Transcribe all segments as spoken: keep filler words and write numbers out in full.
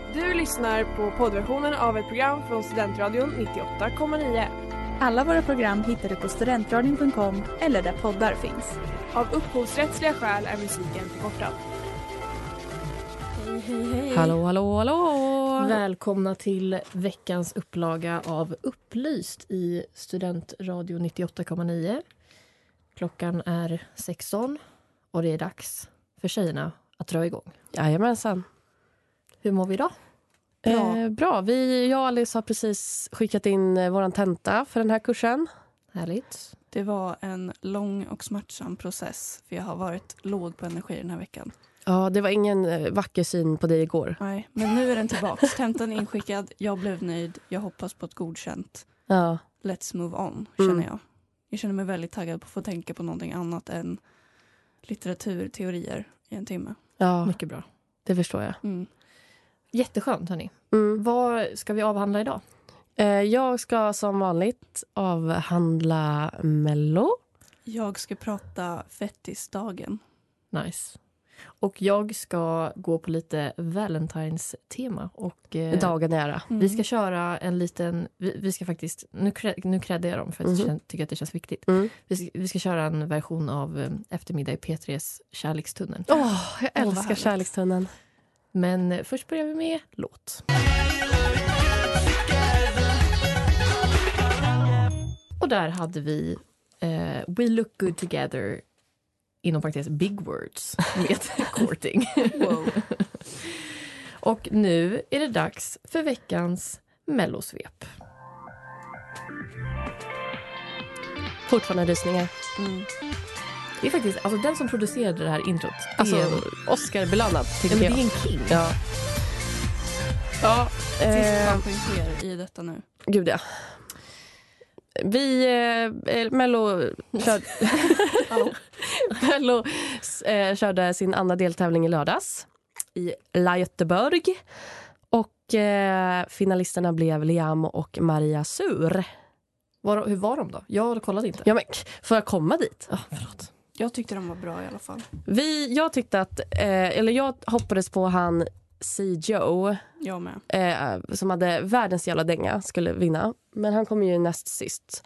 Du lyssnar på poddversionen av ett program från Studentradion nittioåtta komma nio. Alla våra program hittar du på studentradion punkt com eller där poddar finns. Av upphovsrättsliga skäl är musiken förkortad. Hej, hej, hej. Hallå, hallå, hallå! Välkomna till veckans upplaga av Upplyst i Studentradio nittioåtta komma nio. Klockan är sexton och det är dags för tjejerna att dra igång. Jajamensan. Hur mår vi idag? Bra. Eh, bra. Vi, jag och Alice har precis skickat in eh, våran tenta för den här kursen. Härligt. Det var en lång och smärtsam process för jag har varit låg på energi den här veckan. Ja, det var ingen eh, vacker syn på dig igår. Nej, men nu är den tillbaka. Tentan är inskickad, jag blev nöjd, jag hoppas på ett godkänt. Ja. Let's move on, känner Mm. jag. Jag känner mig väldigt taggad på att få tänka på någonting annat än litteraturteorier i en timme. Ja, Mycket bra. det förstår jag. Mm. Jätteskönt, hörni. Mm. Vad ska vi avhandla idag? Eh, jag ska som vanligt avhandla Mello. Jag ska prata fettisdagen. Nice. Och jag ska gå på lite Valentines-tema. Och, eh, Dagen är ära. Mm. Vi ska köra en liten... Vi, vi ska faktiskt... Nu, krä, nu kräddar jag dem för att Mhm. jag känner, tycker att det känns viktigt. Mm. Vi ska, vi ska köra en version av eh, Eftermiddag i P tres Kärlekstunneln. Åh, oh, jag vad älskar härligt. Kärlekstunneln. Men eh, först börjar vi med låt. Och där hade vi eh, We Look Good Together, inom parentes Big Words, med Courting. Wow. Och nu är det dags för veckans Mellosvep. Fortfarande rysningar. Mm. Det är faktiskt, alltså den som producerade det här introt, Alltså, är, Oscar-belönat, ja, tycker men jag. det är en king. Ja. Ja, Sist eh, chansen sker i detta nu. gud ja. Vi, eh, Mello, kör, Mello eh, körde sin andra deltävling i lördags i La Göteborg. Och eh, finalisterna blev Liam och Maria Sur. Var, hur var de då? Jag kollade inte. Ja, men får jag komma dit? Ja, förlåt. Jag tyckte de var bra i alla fall. Vi, jag tyckte att, eh, eller jag hoppades på han C. Joe, Jag med. eh, som hade världens jävla dänga, skulle vinna. Men han kom ju näst sist.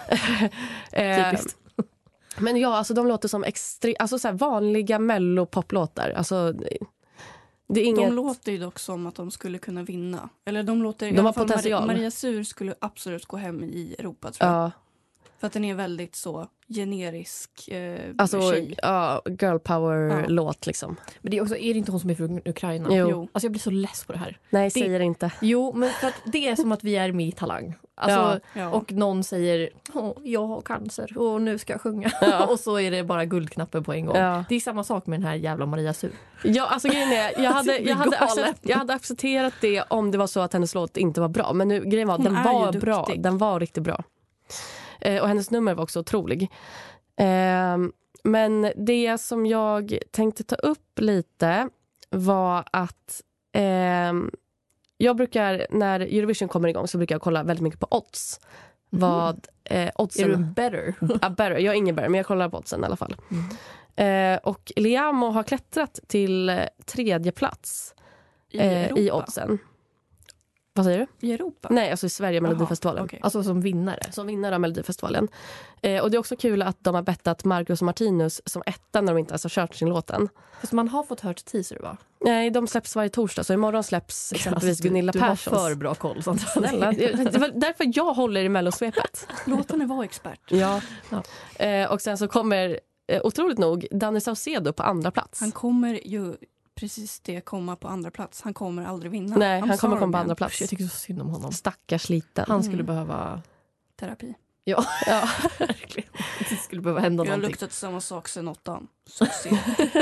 eh, Typiskt. Men ja, alltså de låter som extre- alltså så här vanliga mello-poplåtar. Alltså, det är inget... De låter ju dock som att de skulle kunna vinna. Eller de låter i De alla har fall potential. Maria, Maria Sur skulle absolut gå hem i Europa, tror jag. Ja, För att den är väldigt så generisk eh, alltså tjej. ja, girl power Ja. låt liksom. Men det är, också, är det inte hon som är från Ukraina? Jo. Jo. Alltså jag blir så less på det här. Nej, Det- säger inte. Jo, men för att det är som att vi är med i Talang. Alltså, Ja. Och någon säger, Åh, jag har cancer och nu ska jag sjunga. Ja. Och så är det bara guldknappen på en gång. Ja. Det är samma sak med den här jävla Maria Sur. Ja, alltså grejen är, jag hade, Det blir jag, hade galen. accept, jag hade accepterat det om det var så att hennes låt inte var bra. Men nu, grejen var, Hon den är ju var duktig. bra. Den var riktigt bra. Eh, och hennes nummer var också otrolig. Eh, men det som jag tänkte ta upp lite var att eh, jag brukar, när Eurovision kommer igång så brukar jag kolla väldigt mycket på odds. Vad eh, oddsen... Är du en better? Ja, better. Jag är ingen better, men jag kollar på oddsen i alla fall. Mm. Eh, och Liamo har klättrat till eh, tredje plats I, eh, Europa. i oddsen. Vad säger du? I Europa? Nej, alltså i Sverige, Melodifestivalen. Jaha, okej. Alltså som vinnare. Som vinnare av Melodifestivalen. Eh, och det är också kul att de har bettat Marcus och Martinus som etta när de inte ens har kört sin låten. Fast man har fått hört teaser, va? Nej, de släpps varje torsdag, så imorgon släpps exempelvis Alltså, du- Gunilla du Perssons. har för bra koll. Sånt. Snälla, det det var därför jag håller i Mellosvepet. Låt henne vara expert. Ja. Ja. Eh, och sen så kommer, eh, otroligt nog, Danny Saucedo på andra plats. Han kommer ju precis det komma på andra plats. Han kommer aldrig vinna. Nej, I'm han kommer sorry, komma på man. andra plats. Jag tycker så synd om honom. Stackars liten. Han skulle Mm. behöva... Terapi. Ja, Ja. verkligen. Det skulle behöva hända Jag har någonting. luktat samma sak sen åttan. Succé.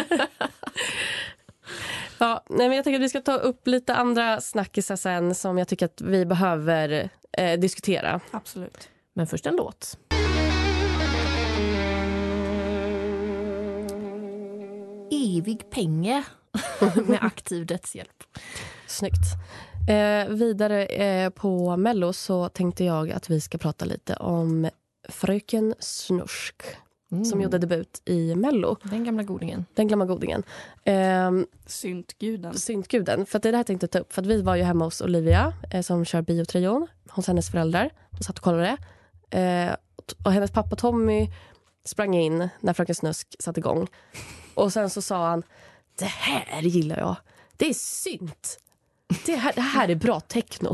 Ja, nej, men jag tänker att vi ska ta upp lite andra snackisar sen som jag tycker att vi behöver eh, diskutera. Absolut. Men först en låt. Evig penge med aktiv dödshjälp. Snyggt. Eh, vidare eh, på Mello så tänkte jag att vi ska prata lite om Fröken Snusk. Mm. som gjorde debut i Mello. Den gamla godingen. Den gamla godingen. Ehm, Syntguden. Syntguden. För att det är det här jag tänkte ta upp. För att vi var ju hemma hos Olivia eh, som kör biotrion hos hennes föräldrar. Och satt och kollade. Eh, och hennes pappa Tommy sprang in när Fröken Snusk satte igång. Och sen så sa han, det här gillar jag. Det är synt. Det här, det här är bra techno.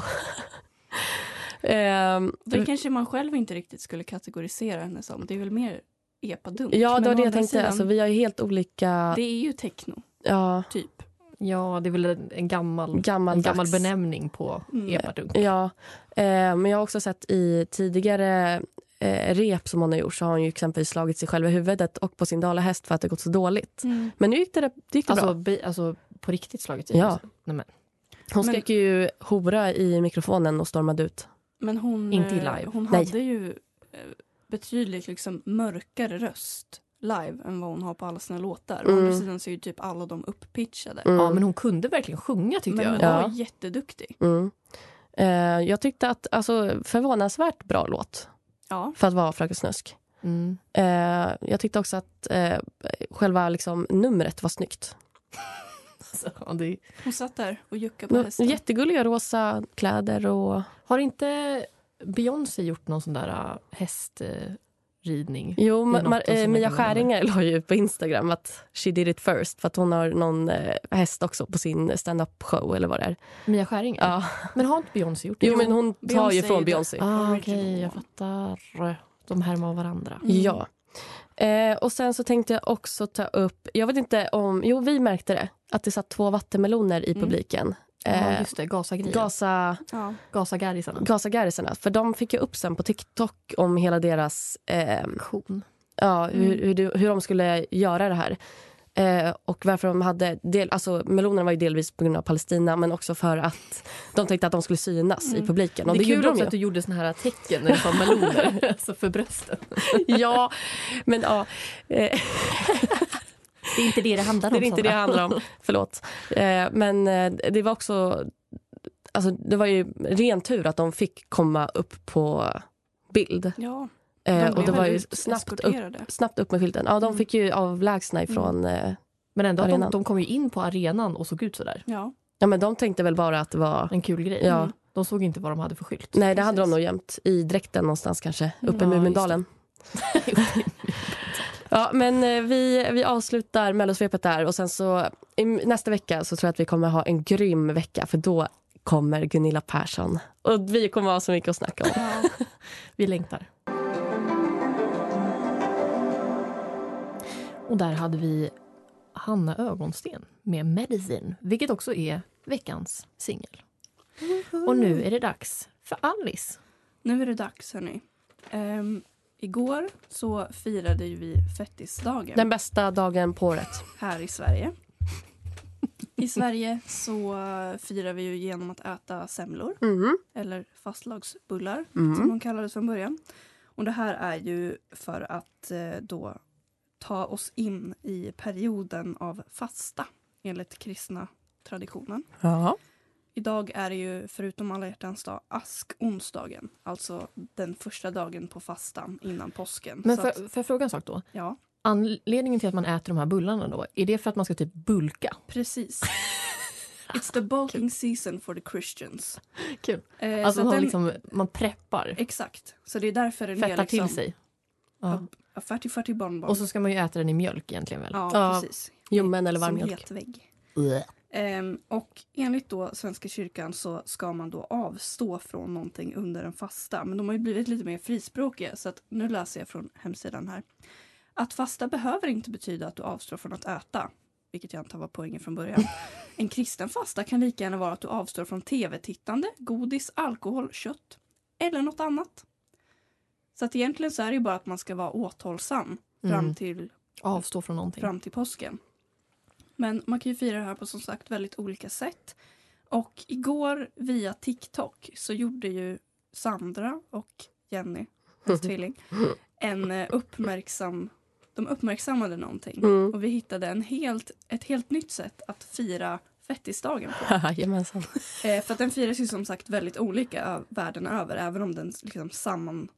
ehm, Det kanske man själv inte riktigt skulle kategorisera henne som. Det är väl mer epadunk. Ja, det var Men det å jag andra tänkte. sidan, Alltså, vi har ju helt olika... det är ju techno, Ja, typ. Ja, det är väl en, en gammal, Gammal en gammal dags. benämning på Mm. epadunk. ja. Eh, men jag har också sett i tidigare eh, rep som hon har gjort så har hon ju exempelvis slagit sig själv i huvudet och på sin dalahäst för att det gått så dåligt. Mm. Men nu gick det, det, gick det Alltså, bra. be, alltså på riktigt slagit i. Ja. Alltså. Nej, men. Hon Men- skrek ju hora i mikrofonen och stormade ut. Men hon, Inte i eh, live. hon Nej. hade ju eh, betydligt liksom mörkare röst live än vad hon har på alla sina låtar. Å Mm. andra sidan så är ju typ alla de upppitchade. Mm. Ja, men hon kunde verkligen sjunga tyckte Men hon jag. var Ja. jätteduktig. Mm. Eh, jag tyckte att, alltså, förvånansvärt bra låt Ja. för att vara Fröken Snusk. Mm. Eh, jag tyckte också att eh, själva liksom, numret var snyggt. Alltså, ja, det... Hon satt där och juckade på hästen. Jättegulliga rosa kläder och... Har inte Beyoncé gjort någon sån där uh, hästridning? Jo, Det är Ma- något Ma- av eh, sina Mia gamla Skäringer la ju ut på Instagram att she did it first för att hon har någon eh, häst också på sin stand-up show eller vad det är. Mia Skäringer? Ja. Men har inte Beyoncé gjort det? Jo, men hon tar Beyoncé ju är från ju Beyoncé. Ah, Original okej, jag one. fattar. De härmar av varandra. Mm. Ja. Eh, och sen så tänkte jag också ta upp, jag vet inte om, jo vi märkte det, att det satt två vattenmeloner i Mm. publiken. Ja, Eh, just det. Gasa-grejen. Gasa, Ja. Gasa-gärisarna. Gasa-gärisarna. För de fick ju upp sen på TikTok om hela deras, eh, Kon. ja, hur, Mm. hur, du- hur de skulle göra det här. Eh, och varför de hade, del, alltså melonerna var ju delvis på grund av Palestina men också för att de tänkte att de skulle synas Mm. i publiken. Det Och är det, kul gjorde de också ju. att du gjorde såna här tecken när du sa meloner. Alltså för brösten. Ja, men ja. Eh, Det är inte det det handlar om. Det är inte det det handlar om, förlåt. Eh, men eh, det var också, alltså det var ju ren tur att de fick komma upp på bild. Ja. Eh, De och blev det var väl ju ut- snabbt upp, eskorterade. snabbt upp med skylten. Ja, de Mm. fick ju avlägsna ifrån, eh, Men ändå att de, Arenan. de kom ju in på arenan och såg ut så där. Ja. ja men de tänkte väl bara att det var, En kul grej. ja. Mm. De såg inte vad de hade för skylt. Nej det hade de Precis. nog gömt i dräkten någonstans kanske, uppe i Ja, Mumindalen. Ja, men eh, vi, vi avslutar Mellosvepet där och sen så i, nästa vecka så tror jag att vi kommer ha en grym vecka för då kommer Gunilla Persson och vi kommer ha så mycket att snacka om. Ja. Vi längtar. Och där hade vi Hanna Ögonsten med Medicine, vilket också är veckans singel. Och nu är det dags för Alice. Nu är det dags, hörni. Ehm, igår så firade ju vi fettisdagen Den bästa dagen på året. här i Sverige. I Sverige så firar vi ju genom att äta semlor Mm. eller fastlagsbullar Mm. som de kallades från början. Och det här är ju för att eh, då ta oss in i perioden av fasta enligt kristna traditionen. Ja. Idag är det ju förutom alla hjärtans dag askonsdagen, alltså den första dagen på fastan innan påsken. Men Så för, att, för jag fråga en sak då? ja, Anledningen till att man äter de här bullarna då, är det för att man ska typ bulka? precis. It's the bulking season for the Christians. Kul. Eh, Alltså så man, att har den, liksom, man preppar, exakt, så det är därför den är fettar liksom till sig. Ja. a fatty fatty bonbon. Och så ska man ju äta den i mjölk egentligen väl? ja, Ja, precis. ljummen eller varm Som mjölk. het vägg. Ehm, och enligt då Svenska kyrkan så ska man då avstå från någonting under en fasta. Men de har ju blivit lite mer frispråkiga så att nu läser jag från hemsidan här. Att fasta behöver inte betyda att du avstår från att äta. Vilket jag antar var poängen från början. En kristen fasta kan lika gärna vara att du avstår från tv-tittande, godis, alkohol, kött eller något annat. Så att egentligen så är det ju bara att man ska vara återhållsam fram Mm. till Avstå från någonting. fram till påsken. Men man kan ju fira det här på som sagt väldigt olika sätt. Och igår via TikTok så gjorde ju Sandra och Jenny, hans tvilling, en eh, uppmärksam, de uppmärksammade någonting. Mm. Och vi hittade en helt, ett helt nytt sätt att fira fettisdagen på. Jajamensan. Eh, för att den firas ju som sagt väldigt olika ö- världen över. Även om den liksom samman,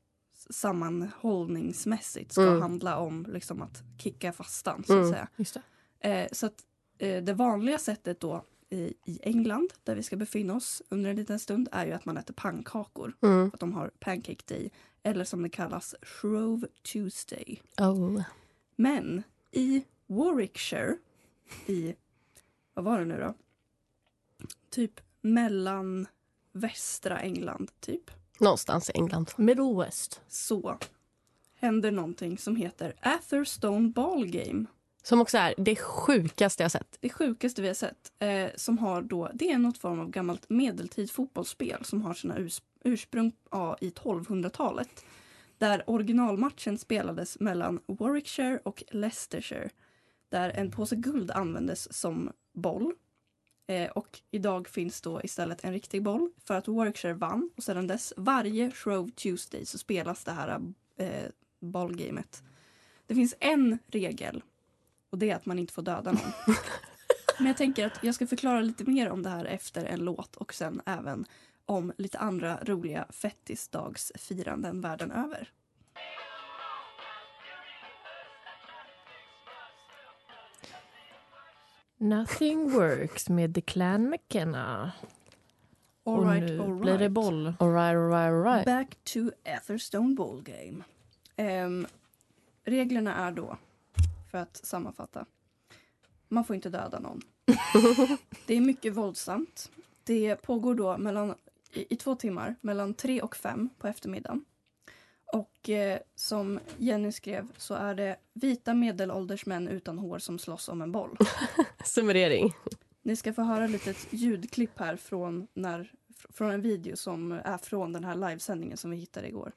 sammanhållningsmässigt ska Mm. handla om liksom att kicka fastan så att Mm. säga. Just det. Eh, så att eh, det vanliga sättet då i, i England där vi ska befinna oss under en liten stund är ju att man äter pannkakor. Mm. Att de har pancake day eller som det kallas Shrove Tuesday. Oh. Men i Warwickshire i, vad var det nu då? Typ mellan västra England typ. Någonstans i England. Middle West. Så händer någonting som heter Atherstone Ball Game. Som också är det sjukaste jag sett. Det sjukaste vi har sett. Eh, som har då, det är något form av gammalt medeltid fotbollsspel som har sina urs- ursprung ja, i tolvhundratalet. Där originalmatchen spelades mellan Warwickshire och Leicestershire. Där en påse guld användes som boll. Eh, och idag finns då istället en riktig boll för att Warwickshire vann. Och sedan dess, varje Shrove Tuesday så spelas det här eh, bollgamet. Det finns en regel och det är att man inte får döda någon. Men jag tänker att jag ska förklara lite mer om det här efter en låt och sen även om lite andra roliga fettisdagsfiranden världen över. Nothing Works med The Clan McKenna. All Och right, nu all blir det right. boll. All right, all right, all right. Back to Atherstone Ball Game. Ehm, reglerna är då, för att sammanfatta, man får inte döda någon. Det är mycket våldsamt. Det pågår då mellan, i, i två timmar, mellan tre och fem på eftermiddagen. Och eh, som Jenny skrev så är det vita medelålders män utan hår som slåss om en boll. Summering. Ni ska få höra ett litet ljudklipp här från, när, från en video som är från den här livesändningen som vi hittade igår.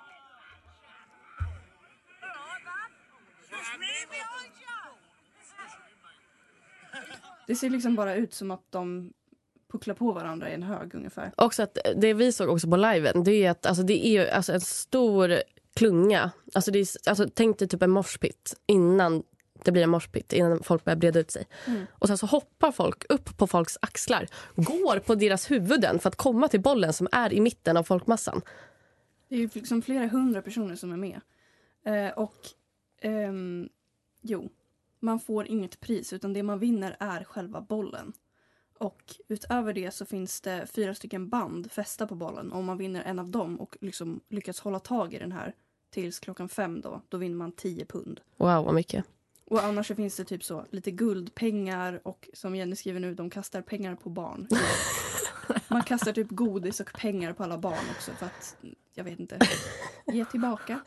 Det ser liksom bara ut som att de pucklar på varandra i en hög ungefär. Också att det vi såg också på liven, det är att alltså, det är ju, alltså, en stor klunga. Alltså, det är, alltså, tänk dig typ en morspit innan det blir en morspit, innan folk börjar breda ut sig. Mm. Och sen så hoppar folk upp på folks axlar, går på deras huvuden för att komma till bollen som är i mitten av folkmassan. Det är ju liksom flera hundra personer som är med. Eh, och ehm, jo, man får inget pris utan det man vinner är själva bollen. Och utöver det så finns det fyra stycken band fästa på bollen. Om man vinner en av dem och liksom lyckas hålla tag i den här tills klockan fem då, då vinner man tio pund. Wow, vad mycket. Och annars så finns det typ så lite guldpengar och som Jenny skriver nu, de kastar pengar på barn. Man kastar typ godis och pengar på alla barn också för att, jag vet inte, ge tillbaka.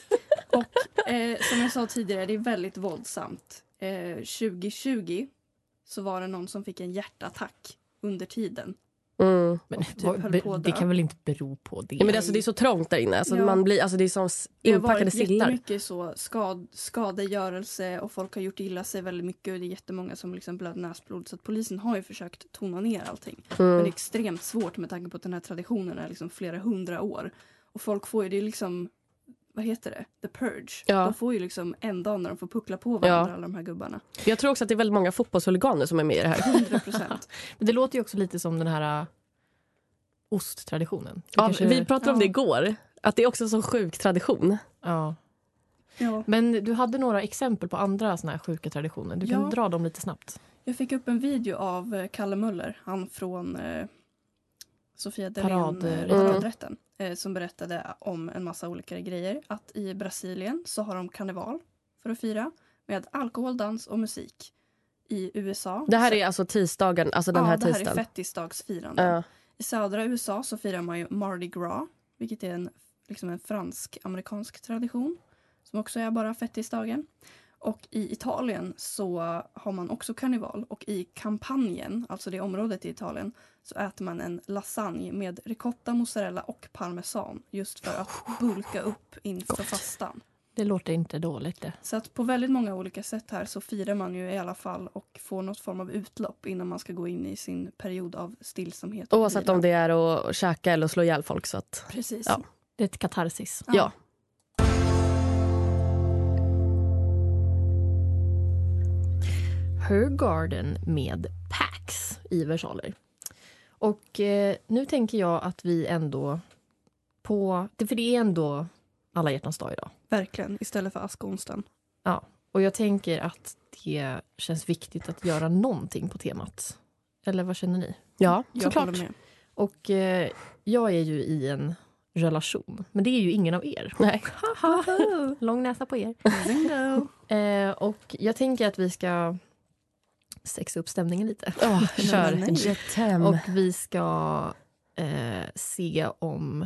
Och eh, som jag sa tidigare, det är väldigt våldsamt. Eh, tjugo tjugo så var det någon som fick en hjärtattack under tiden. Mm. Men Och typ vad- höll be- på att det dö. kan väl inte bero på det? Ja, men det, alltså, det är så trångt där inne. Alltså, Ja. man blir, alltså, det är som s- Det har inpackade varit sillar. jättemycket så skad, skadegörelse och folk har gjort illa sig väldigt mycket och det är jättemånga som liksom blöd näsblod så att polisen har ju försökt tona ner allting. Men det är Mm. extremt svårt med tanke på att den här traditionen är liksom flera hundra år. Och folk får ju, det är liksom, vad heter det? The Purge. Ja. De får ju liksom en dag när de får puckla på varandra, Ja. alla de här gubbarna. Jag tror också att det är väldigt många fotbollshuliganer som är med i det här. hundra procent. Men det låter ju också lite som den här äh, osttraditionen. Det Ja, kanske- vi pratade om det Ja. igår. Att det är också en så sjuk tradition. Ja. Ja. Men du hade några exempel på andra såna här sjuka traditioner. Du kan Ja. dra dem lite snabbt. Jag fick upp en video av eh, Kalle Möller, han från eh, Sofia Dalén, Parad- eh, Mm. paradrätten, eh, som berättade om en massa olika grejer. Att i Brasilien så har de karneval för att fira med alkohol, dans och musik. I U S A... Det här så- är alltså tisdagen, alltså den ja, här det här är tisdagen. fettisdagsfirande. Ja. I södra U S A så firar man ju Mardi Gras, vilket är en, liksom en fransk-amerikansk tradition. Som också är bara fettisdagen. Och i Italien så har man också karneval. Och i Kampanjen, alltså det området i Italien, så äter man en lasagne med ricotta, mozzarella och parmesan. Just för att bulka upp inför fastan. Det låter inte dåligt det. Så att på väldigt många olika sätt här så firar man ju i alla fall och får något form av utlopp innan man ska gå in i sin period av stillsamhet. och Oavsett vila. om det är att käka eller att slå ihjäl folk. Så att, Precis. Ja. Det är ett katarsis. ja. Her Garden med Pax i versaler. Och eh, nu tänker jag att vi ändå på, det- för det är ändå alla hjärtans dag idag. Verkligen, istället för askonsdagen. Ja, och jag tänker att det känns viktigt att göra någonting på temat. Eller vad känner ni? Ja, Jag såklart. håller med. Och eh, jag är ju i en relation. Men det är ju ingen av er. Nej. Lång näsa på er. eh, och jag tänker att vi ska sexa upp stämningen lite. Oh, kör. nej. Jetem. Och vi ska eh, se om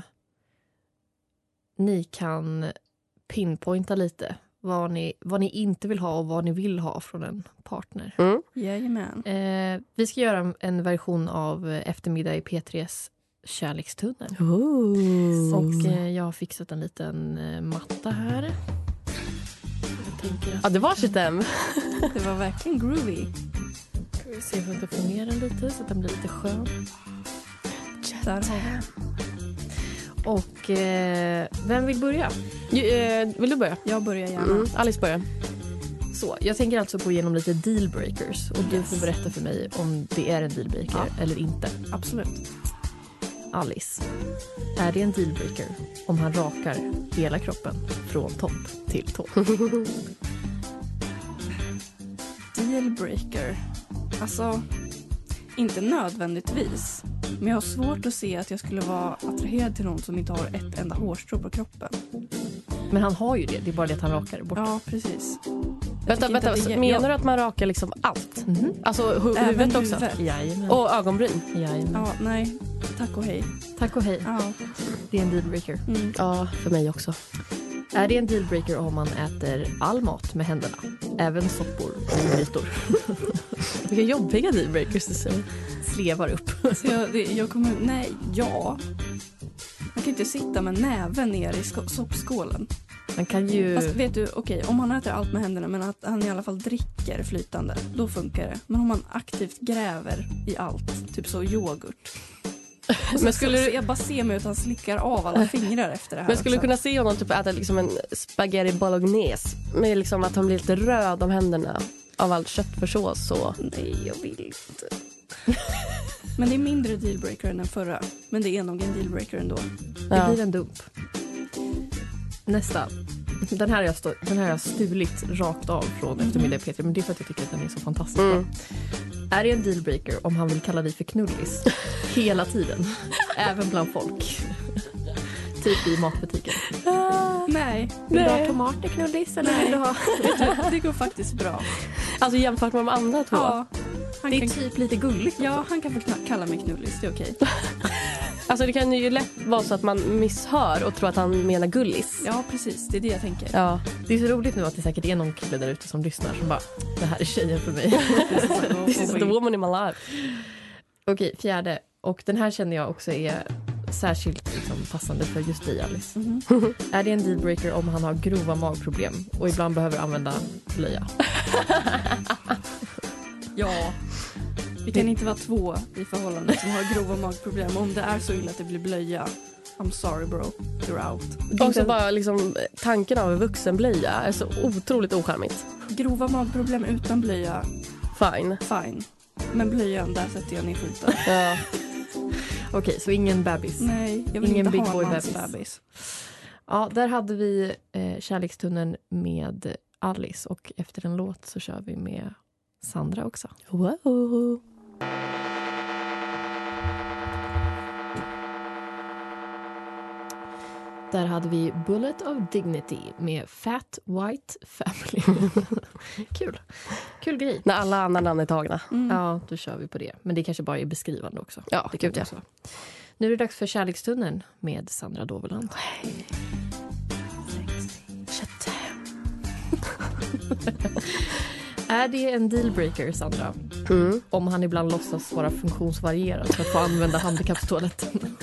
ni kan pinpointa lite vad ni, vad ni inte vill ha och vad ni vill ha från en partner. Mm. Jajamän. Eh, vi ska göra en, en version av Eftermiddag i P tres Kärlekstunnel. Ooh. Och eh, jag har fixat en liten eh, matta här. Jag tänker att Ja, det var Jetem. Det var verkligen groovy. vi ser om det får ner den lite så att den blir lite skön. Där har vi. Och eh, vem vill börja? Ju, eh, vill du börja? Jag börjar gärna. Mm. Alice börjar. Så, jag tänker alltså gå igenom lite dealbreakers och du Yes. får berätta för mig om det är en dealbreaker Ja. eller inte. Absolut. Alice, är det en dealbreaker om han rakar hela kroppen från topp till tå? Dealbreaker. Alltså, inte nödvändigtvis. Men jag har svårt att se att jag skulle vara attraherad till någon som inte har ett enda hårstrå på kroppen. Men han har ju det, det är bara det att han rakar det bort. Ja, precis. Jag Vänta, tycker inte vänta. att det- Menar jag- du att man rakar liksom allt? Mhm. Alltså hu- Även huvudet också? huvudet. Jajamän. Och ögonbryn? Jajamän. Ja, nej. Tack och hej. Tack och hej, Ja. det är en dealbreaker. Mm. Ja, för mig också. Är det en dealbreaker om man äter all mat med händerna? Även soppor och grytor? Vilka jobbiga dealbreakers du säger. Slevar upp. Så jag, det, jag kommer... Nej, ja. Man kan inte sitta med näven ner i sko- soppskålen. Man kan ju... Fast vet du, okej, om han äter allt med händerna men att han i alla fall dricker flytande, då funkar det. Men om man aktivt gräver i allt, typ så yoghurt. Och så, Men skulle så, du- så jag bara ser mig ut att han slickar av alla fingrar efter det här. Men skulle du också. kunna se honom typ äta liksom en spaghetti bolognese med liksom att han blir lite röd om händerna av allt köttfärssås så? Nej, jag vill inte. Men det är mindre dealbreaker än den förra. Men det är nog en dealbreaker ändå. Det Ja. blir en dump. Nästa. Den här har jag, stå, den här har jag stulit rakt av från Mhm. Eftermiddag i P tre. Men det är för att jag tycker att den är så fantastisk. Mm. Är det en dealbreaker om han vill kalla dig för knullis? Hela tiden. Även bland folk. Typ i matbutiken. Nej, Vill du ha Nej. tomater knullis? Eller Nej. vill du ha... det går faktiskt bra. Alltså jämfört med de andra två. Ja, han Det är kan, typ lite gulligt. ja, han kan få kna- kalla mig knullis, det är okej. Alltså det kan ju lätt vara så att man misshör och tror att han menar gullis. Ja, precis. Det är det jag tänker. Ja. Det är så roligt nu att det säkert är någon kille där ute som lyssnar som bara, det här är tjejen för mig. This is the woman in my life. Okej, fjärde. Och den här känner jag också är särskilt liksom, passande för just dig, Alice. Mhm. Är det en dealbreaker om han har grova magproblem och ibland behöver använda blöja? Ja. Vi kan inte vara två i förhållandet som har grova magproblem. Om det är så illa att det blir blöja, I'm sorry bro, you're out. Och så bara liksom tanken av en vuxenblöja är så otroligt ocharmigt. Grova magproblem utan blöja, Fine. fine. Men blöjan, där sätter jag ner foten. Ja. Okej, så ingen bebis. Nej, jag vill Ingen inte big ha boy en mans bebis. bebis. Ja, där hade vi eh, Kärlekstunneln med Alice och efter en låt så kör vi med Sandra också. Wow. Där hade vi Bullet of Dignity med Fat White Family. Kul. Kul grej. När alla andra namn är tagna. Mm. Ja, då kör vi på det. Men det kanske bara är beskrivande också. Ja, det kan gud ja. också vara. Nu är det dags för Kärlekstunneln med Sandra Doveland. Är det en dealbreaker, Sandra? Mm. Om han ibland låtsas vara funktionsvarierad för att få använda handikappstoaletten?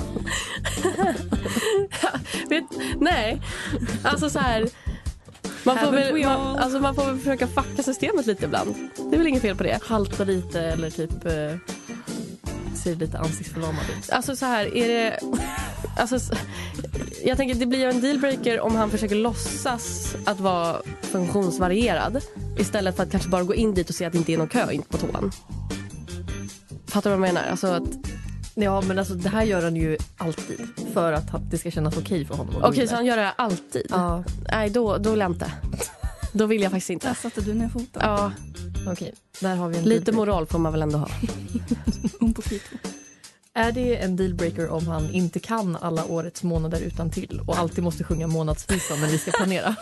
Vet, nej, alltså så här. Man får, Haven't väl, we man, all? alltså man får väl försöka fucka systemet lite ibland. Det är väl inget fel på det. Halta lite eller typ eh, ser lite ansiktsförlamad ut. Alltså så här, är det... Alltså, s- jag tänker det blir en dealbreaker om han försöker låtsas att vara funktionsvarierad istället för att kanske bara gå in dit och se att det inte är någon kö in på toan. Fattar du vad jag menar? Alltså att Ja, men alltså det här gör han ju alltid för att det ska kännas okej för honom. Okej, okay, så han gör det här alltid? Ja. Nej, då, då vill jag inte. Då vill jag faktiskt inte. Där satte du ner foten. Ja. Okej, där har vi en Lite dealbreaker. moral får man väl ändå ha. Un poquito. Är det en dealbreaker om han inte kan alla årets månader utan till och alltid måste sjunga månadsvisa när vi ska planera?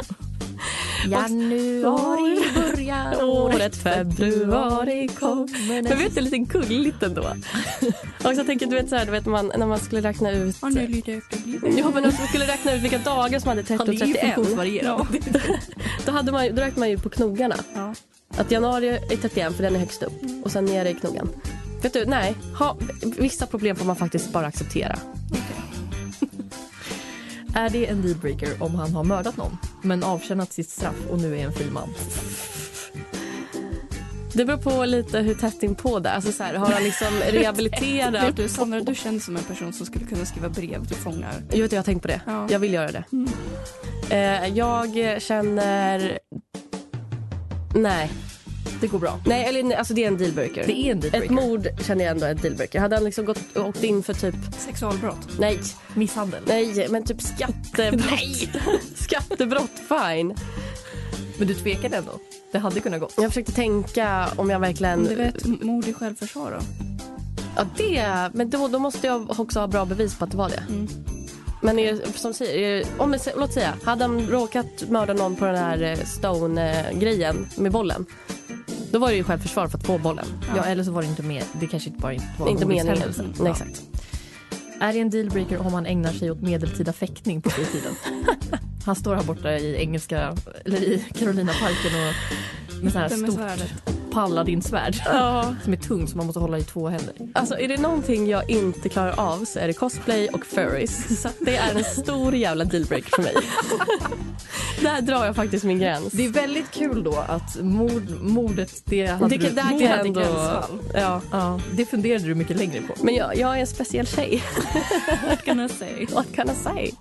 Januari börjar året, februari kommer. Men vet du, lite gulligt ändå. Och så tänker du vet så här, du vet man när man skulle räkna ut. Ja, nu är lite efterblivet. Ja, men också skulle räkna ut vilka dagar som hade trettio och trettioett. Ja. Då hade man då räknade man ju på knogarna. Ja. Att januari är trettioett för den är högst upp och sen nere i knogen. Vet du, nej, ha, vissa problem får man faktiskt bara acceptera. Är det en dealbreaker om han har mördat någon men avtjänat sitt straff och nu är en fri man? Det beror på lite hur tätt in på det. Alltså så här, har han liksom rehabiliterat? Vet du, Sandra, du känns som en person som skulle kunna skriva brev till fångar. Jag vet, jag har tänkt på det. Ja. Jag vill göra det. Mm. Eh, jag känner... Nej. Det går bra. Nej, eller alltså det är en dealbreaker. Det är en dealbreaker. Ett mord känner jag ändå är en dealbreaker. Hade han liksom gått och åkt in för typ... Sexualbrott. Nej. Misshandel. Nej, men typ skattebrott. Nej. Skattebrott, fine. Men du tvekade ändå. Det hade kunnat gå. Jag försökte tänka om jag verkligen... Om det var ett mord i självförsvar då? Ja, det... Men då, då måste jag också ha bra bevis på att det var det. Mm. Men är, som säger, är, om jag, låt säga, hade han råkat mörda någon på den här Stone-grejen med bollen, då var det ju självförsvar för att få bollen. Ja, ja, eller så var det inte med. Det kanske inte bara inte var inte meningen. Mm. Nej, exakt. Är det en dealbreaker om han ägnar sig åt medeltida fäktning på fritiden? Han står här borta i engelska, eller i Carolina-parken och med så här stort Paladin-svärd ja. som är tungt som man måste hålla i två händer. Alltså är det någonting jag inte klarar av så är det cosplay och furries. Så det är en stor jävla dealbreaker för mig. Där drar jag faktiskt min gräns. Det är väldigt kul då att mord, mordet, det hade det, du, det det hade ändå, gränsfall. Ja. Ja, det funderade du mycket längre på. Men jag, jag är en speciell tjej. What can I say? What can I say?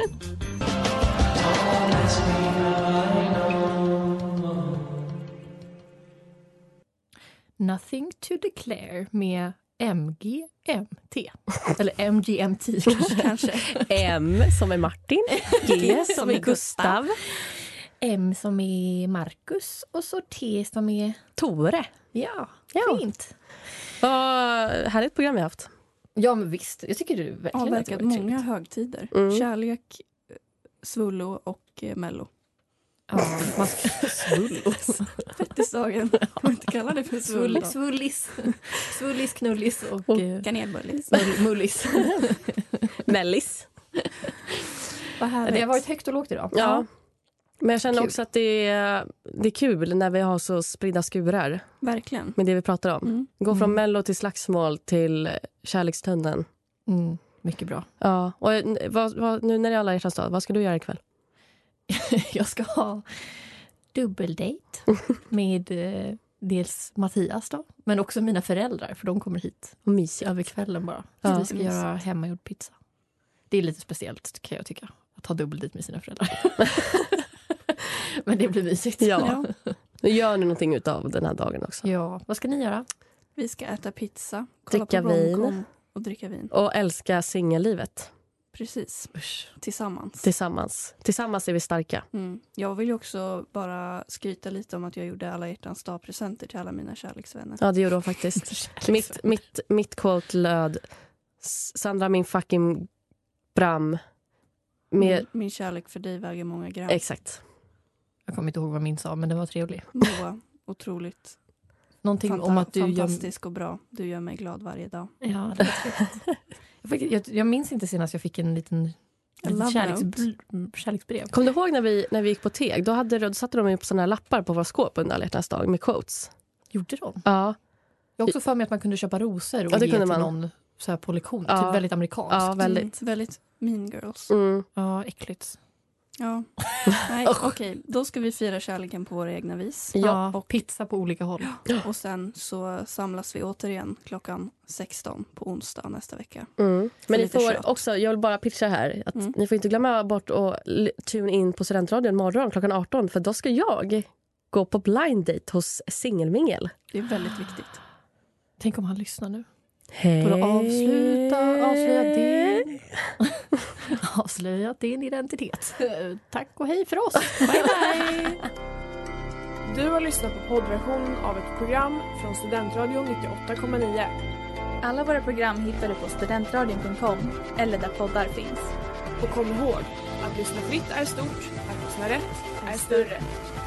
Nothing to declare med M G M T. Eller M G M T kanske. Kanske. M som är Martin. G som är Gustav. M som är Marcus. Och så T som är Tore. Ja, ja. Fint. Vad härligt program vi har haft. Ja, men visst. Jag tycker det är verkligen avverkat många trevligt. Högtider. Mm. Kärlek, svullo och eh, mello. Ja, man ska svullo. Fettisdagen. Kan man inte kalla det för svullo? Svullis. Svullis, knullis och, och eh, kanelbullis. Mullis. Mellis. Vad härligt. Det har varit högt och lågt idag. Ja. ja. Men jag känner kul. också att det är, det är kul när vi har så spridda skurar. Verkligen. Med det vi pratar om. Mm. Gå från mm. mello till slagsmål till kärlekstunden. Mm. Mycket bra. Ja. Och vad, vad, nu när det är alla hjärtans dag, vad ska du göra ikväll? Jag ska ha dubbeldate med eh, dels Mattias då, men också mina föräldrar för de kommer hit och mysigt över kvällen bara. Så ja, vi ska mysigt. göra hemmagjord pizza. Det är lite speciellt kan jag tycka, att ha dubbeldate med sina föräldrar. Men det blir mysigt. Ja. Nu gör ni någonting utav den här dagen också. Ja, vad ska ni göra? Vi ska äta pizza, kolla dricka på vin och dricka vin. Och älska singellivet. Precis. Tillsammans. Tillsammans. Tillsammans är vi starka. Mm. Jag vill ju också bara skryta lite om att jag gjorde alla hjärtans dag-presenter till alla mina kärleksvänner. Ja, det gjorde hon faktiskt. mitt, mitt, mitt quote löd Sandra, min fucking Bram. Med... Min, min kärlek för dig väger många gram. Exakt. Jag kommer inte ihåg vad min sa, men den var trevlig. Moa, otroligt. Någonting Fanta- om att du fantastisk gör... och bra. Du gör mig glad varje dag. Ja, det var trevligt. jag, fick, jag, jag minns inte senast jag fick en liten... Kärleks, kärleksbrev. Kom du ihåg när vi, när vi gick på Teg? Då, hade, då satte de upp såna här lappar på våra skåp under alla hjärtans dag med quotes. Gjorde de? Ja. Jag har också för mig att man kunde köpa rosor och ja, det ge kunde till man. någon så här på lektion. Ja. Typ väldigt amerikanskt. Ja, väldigt. Mm, väldigt mean girls. Mm. Ja, äckligt. Ja. Nej, okej. Okay. Då ska vi fira kärleken på våra egna vis. Ja, och pizza på olika håll. Och sen så samlas vi återigen klockan sexton på onsdag nästa vecka. Mm. Men ni får kött. också, jag vill bara pitcha här, att mm. ni får inte glömma bort att tune in på Studentradion morgon klockan arton, för då ska jag gå på blind date hos Singelmingel. Det är väldigt viktigt. Tänk om han lyssnar nu. Hej. För att avsluta, avslöja din, avslöja din identitet. Tack och hej för oss. Bye bye. Du har lyssnat på poddversion av ett program från Studentradion nittioåtta komma nio. Alla våra program hittar du på studentradion punkt com eller där poddar finns. Och kom ihåg, att lyssna fritt är stort, att lyssna rätt är större.